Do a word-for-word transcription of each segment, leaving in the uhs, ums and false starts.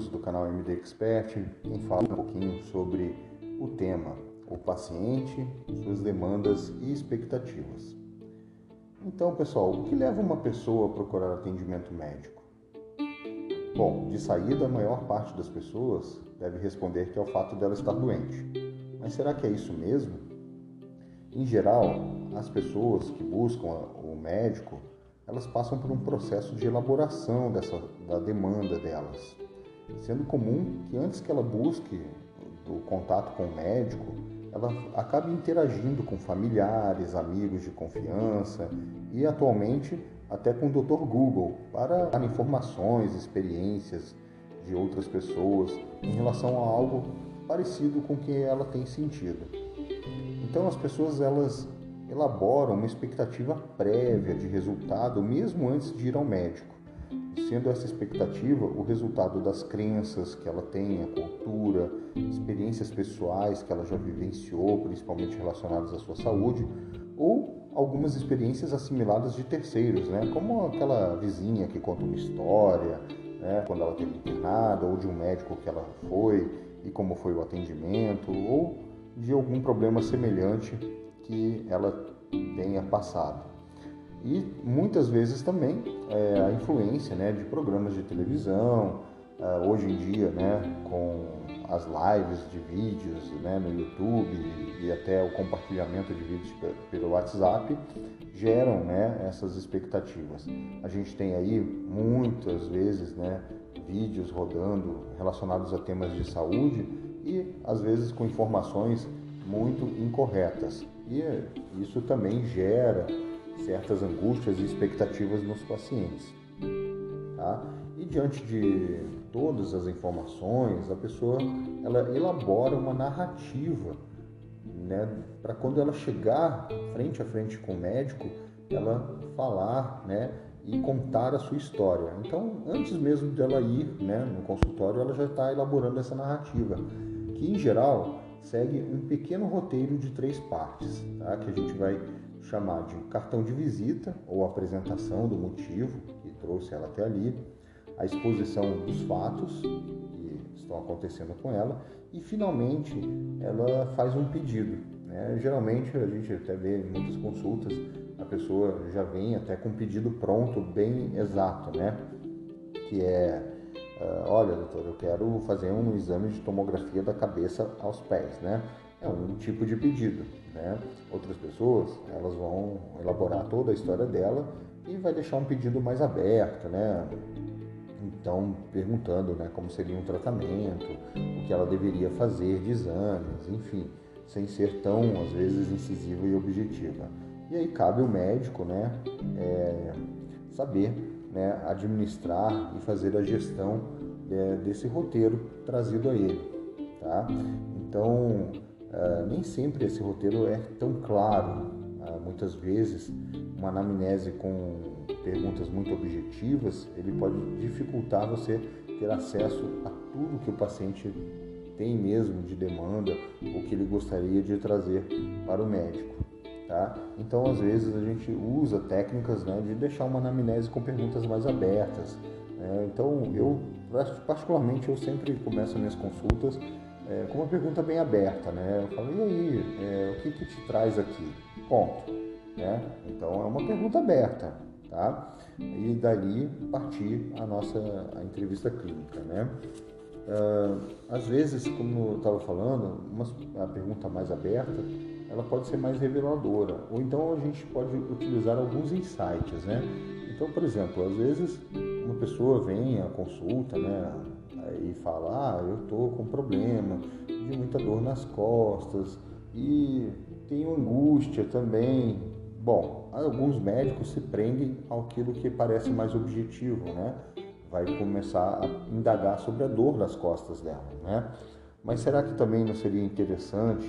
amigos do canal M D Expert, quem fala um pouquinho sobre o tema, o paciente, suas demandas e expectativas. Então, pessoal, o que leva uma pessoa a procurar atendimento médico? Bom, de saída, a maior parte das pessoas deve responder que é o fato dela estar doente. Mas será que é isso mesmo? Em geral, as pessoas que buscam o médico, elas passam por um processo de elaboração dessa, da demanda delas, sendo comum que antes que ela busque o contato com o médico, ela acabe interagindo com familiares, amigos de confiança e atualmente até com o doutor Google para dar informações, experiências de outras pessoas em relação a algo parecido com o que ela tem sentido. Então as pessoas elas elaboram uma expectativa prévia de resultado mesmo antes de ir ao médico, sendo essa expectativa o resultado das crenças que ela tem, a cultura, experiências pessoais que ela já vivenciou, principalmente relacionadas à sua saúde, ou algumas experiências assimiladas de terceiros, né? Como aquela vizinha que conta uma história, né? Quando ela esteve internada, ou de um médico que ela foi e como foi o atendimento, ou de algum problema semelhante que ela tenha passado. E muitas vezes também é, a influência, né, de programas de televisão, uh, hoje em dia, né, com as lives de vídeos, né, no YouTube e até o compartilhamento de vídeos pelo WhatsApp, geram, né, essas expectativas. A gente tem aí muitas vezes, né, vídeos rodando relacionados a temas de saúde e às vezes com informações muito incorretas. E isso também gera certas angústias e expectativas nos pacientes. Tá? E diante de todas as informações, a pessoa ela elabora uma narrativa, né, para quando ela chegar frente a frente com o médico, ela falar, né, e contar a sua história. Então, antes mesmo dela ir, né, no consultório, ela já está elaborando essa narrativa, que em geral segue um pequeno roteiro de três partes, tá? Que a gente vai chamar de cartão de visita ou apresentação do motivo que trouxe ela até ali, a exposição dos fatos que estão acontecendo com ela e, finalmente, ela faz um pedido, né? Geralmente, a gente até vê em muitas consultas, a pessoa já vem até com um pedido pronto, bem exato, né? Que é, uh, olha, doutor, eu quero fazer um exame de tomografia da cabeça aos pés, né? É um tipo de pedido, né? Outras pessoas, elas vão elaborar toda a história dela e vai deixar um pedido mais aberto, né? Então, perguntando, né, como seria um tratamento, o que ela deveria fazer de exames, enfim, sem ser tão, às vezes, incisiva e objetiva. E aí cabe ao médico, né, é, saber, né, administrar e fazer a gestão é, desse roteiro trazido a ele, tá? Então, Uh, nem sempre esse roteiro é tão claro. Uh, muitas vezes, uma anamnese com perguntas muito objetivas, ele pode dificultar você ter acesso a tudo que o paciente tem mesmo de demanda, o que ele gostaria de trazer para o médico. Tá? Então, às vezes, a gente usa técnicas, né, de deixar uma anamnese com perguntas mais abertas. Né? Então, eu, particularmente, eu sempre começo minhas consultas É, com uma pergunta bem aberta, né? Eu falo, e aí, é, o que que te traz aqui? Ponto, né? Então é uma pergunta aberta, tá? E dali partir a nossa a entrevista clínica, né? Uh, às vezes, como eu estava falando, uma, a pergunta mais aberta, ela pode ser mais reveladora, ou então a gente pode utilizar alguns insights, né? Então, por exemplo, às vezes uma pessoa vem à consulta, né? E fala, ah, eu tô com problema de muita dor nas costas e tenho angústia também. Bom, alguns médicos se prendem àquilo que parece mais objetivo, né? Vai começar a indagar sobre a dor das costas dela, né? Mas será que também não seria interessante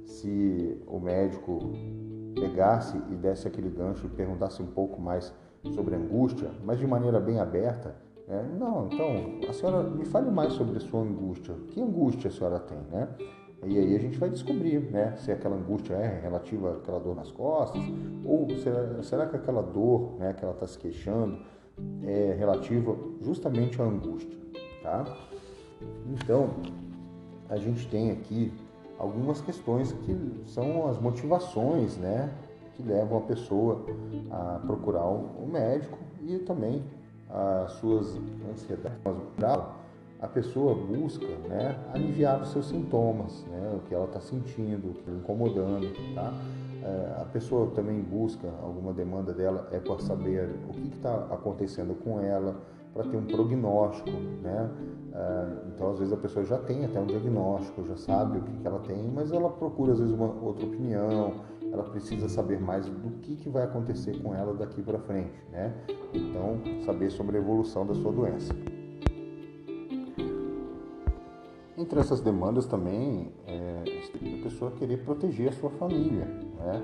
se o médico pegasse e desse aquele gancho e perguntasse um pouco mais sobre a angústia, mas de maneira bem aberta? É, não, então, a senhora me fale mais sobre a sua angústia. Que angústia a senhora tem, né? E aí a gente vai descobrir, né, se aquela angústia é relativa àquela dor nas costas ou será, será que aquela dor, né, que ela está se queixando é relativa justamente à angústia, tá? Então, a gente tem aqui algumas questões que são as motivações, né, que levam a pessoa a procurar o médico e também as suas ansiedades. A pessoa busca, né, aliviar os seus sintomas, né, o que ela está sentindo, o que está incomodando, tá? É, a pessoa também busca, alguma demanda dela é para saber o que está acontecendo com ela, para ter um prognóstico, né? É, então, às vezes a pessoa já tem até um diagnóstico, já sabe o que, que ela tem, mas ela procura às vezes uma outra opinião, ela precisa saber mais do que, que vai acontecer com ela daqui para frente, né? Então, saber sobre a evolução da sua doença. Entre essas demandas também é a pessoa querer proteger a sua família, né?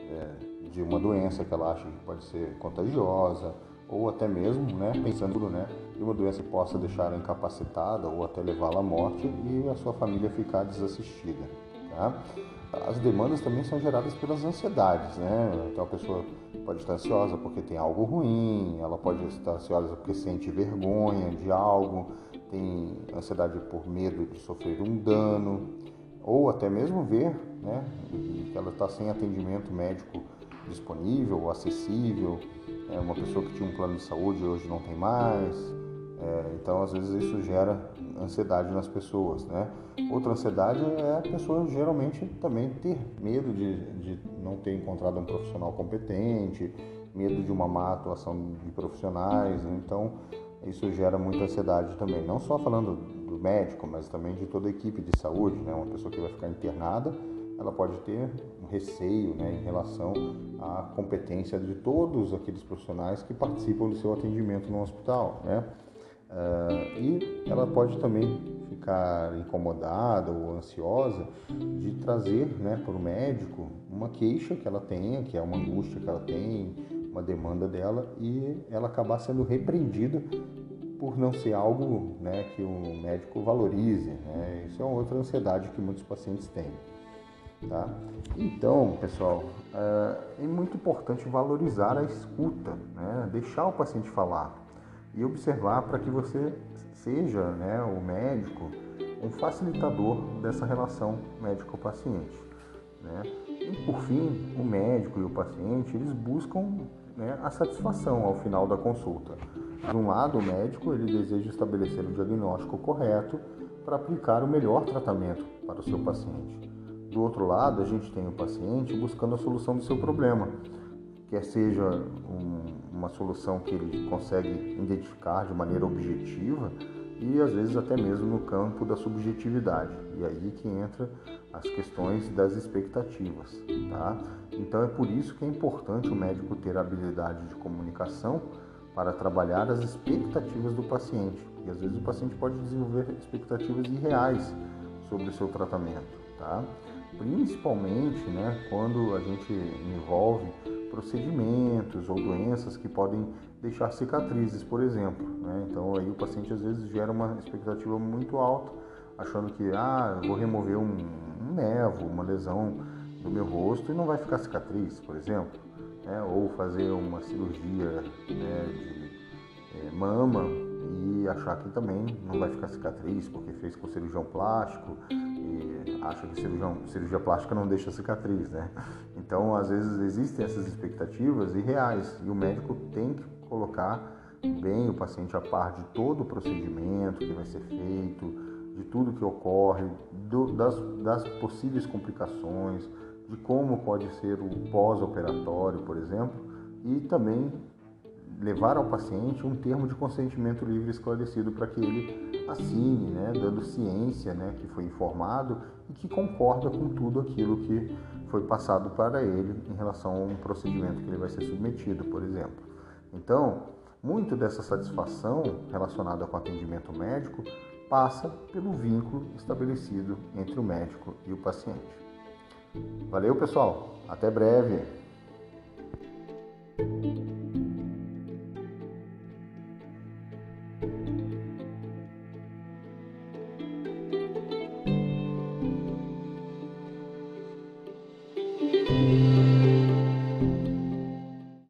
É, de uma doença que ela acha que pode ser contagiosa, ou até mesmo, né, pensando, né, de uma doença que possa deixá-la incapacitada ou até levá-la à morte e a sua família ficar desassistida, tá? As demandas também são geradas pelas ansiedades, né? Então a pessoa pode estar ansiosa porque tem algo ruim, ela pode estar ansiosa porque sente vergonha de algo, tem ansiedade por medo de sofrer um dano, ou até mesmo ver, né, que ela está sem atendimento médico disponível ou acessível, é uma pessoa que tinha um plano de saúde e hoje não tem mais, é, então às vezes isso gera ansiedade nas pessoas, né? Outra ansiedade é a pessoa geralmente também ter medo de, de não ter encontrado um profissional competente, medo de uma má atuação de profissionais, então isso gera muita ansiedade também, não só falando do médico, mas também de toda a equipe de saúde, né? Uma pessoa que vai ficar internada, ela pode ter um receio, né, em relação à competência de todos aqueles profissionais que participam do seu atendimento no hospital, né? Uh, e ela pode também ficar incomodada ou ansiosa de trazer, né, para o médico uma queixa que ela tenha, que é uma angústia que ela tem, uma demanda dela, e ela acabar sendo repreendida por não ser algo, né, que o médico valorize, né? Isso é outra ansiedade que muitos pacientes têm. Tá? Então, pessoal, é muito importante valorizar a escuta, né? Deixar o paciente falar e observar para que você seja, né, o médico, um facilitador dessa relação médico-paciente, né? E, por fim, o médico e o paciente, eles buscam, né, a satisfação ao final da consulta. De um lado, o médico ele deseja estabelecer o diagnóstico correto para aplicar o melhor tratamento para o seu paciente. Do outro lado, a gente tem o paciente buscando a solução do seu problema, quer seja um, uma solução que ele consegue identificar de maneira objetiva e às vezes até mesmo no campo da subjetividade. E aí que entra as questões das expectativas, tá? Então é por isso que é importante o médico ter a habilidade de comunicação para trabalhar as expectativas do paciente. E às vezes o paciente pode desenvolver expectativas irreais sobre o seu tratamento, tá? Principalmente, né, quando a gente envolve procedimentos ou doenças que podem deixar cicatrizes, por exemplo, né? Então aí o paciente às vezes gera uma expectativa muito alta, achando que ah, eu vou remover um, um nevo, uma lesão do meu rosto e não vai ficar cicatriz, por exemplo, né? Ou fazer uma cirurgia, né, de é, mama e achar que também não vai ficar cicatriz porque fez com cirurgião plástico e acha que cirurgião, cirurgia plástica não deixa cicatriz, né? Então, às vezes existem essas expectativas irreais e o médico tem que colocar bem o paciente a par de todo o procedimento que vai ser feito, de tudo que ocorre, do, das, das possíveis complicações, de como pode ser o pós-operatório, por exemplo, e também levar ao paciente um termo de consentimento livre esclarecido para que ele assine, né, dando ciência, né, que foi informado e que concorda com tudo aquilo que foi passado para ele em relação a um procedimento que ele vai ser submetido, por exemplo. Então, muito dessa satisfação relacionada com o atendimento médico passa pelo vínculo estabelecido entre o médico e o paciente. Valeu, pessoal! Até breve!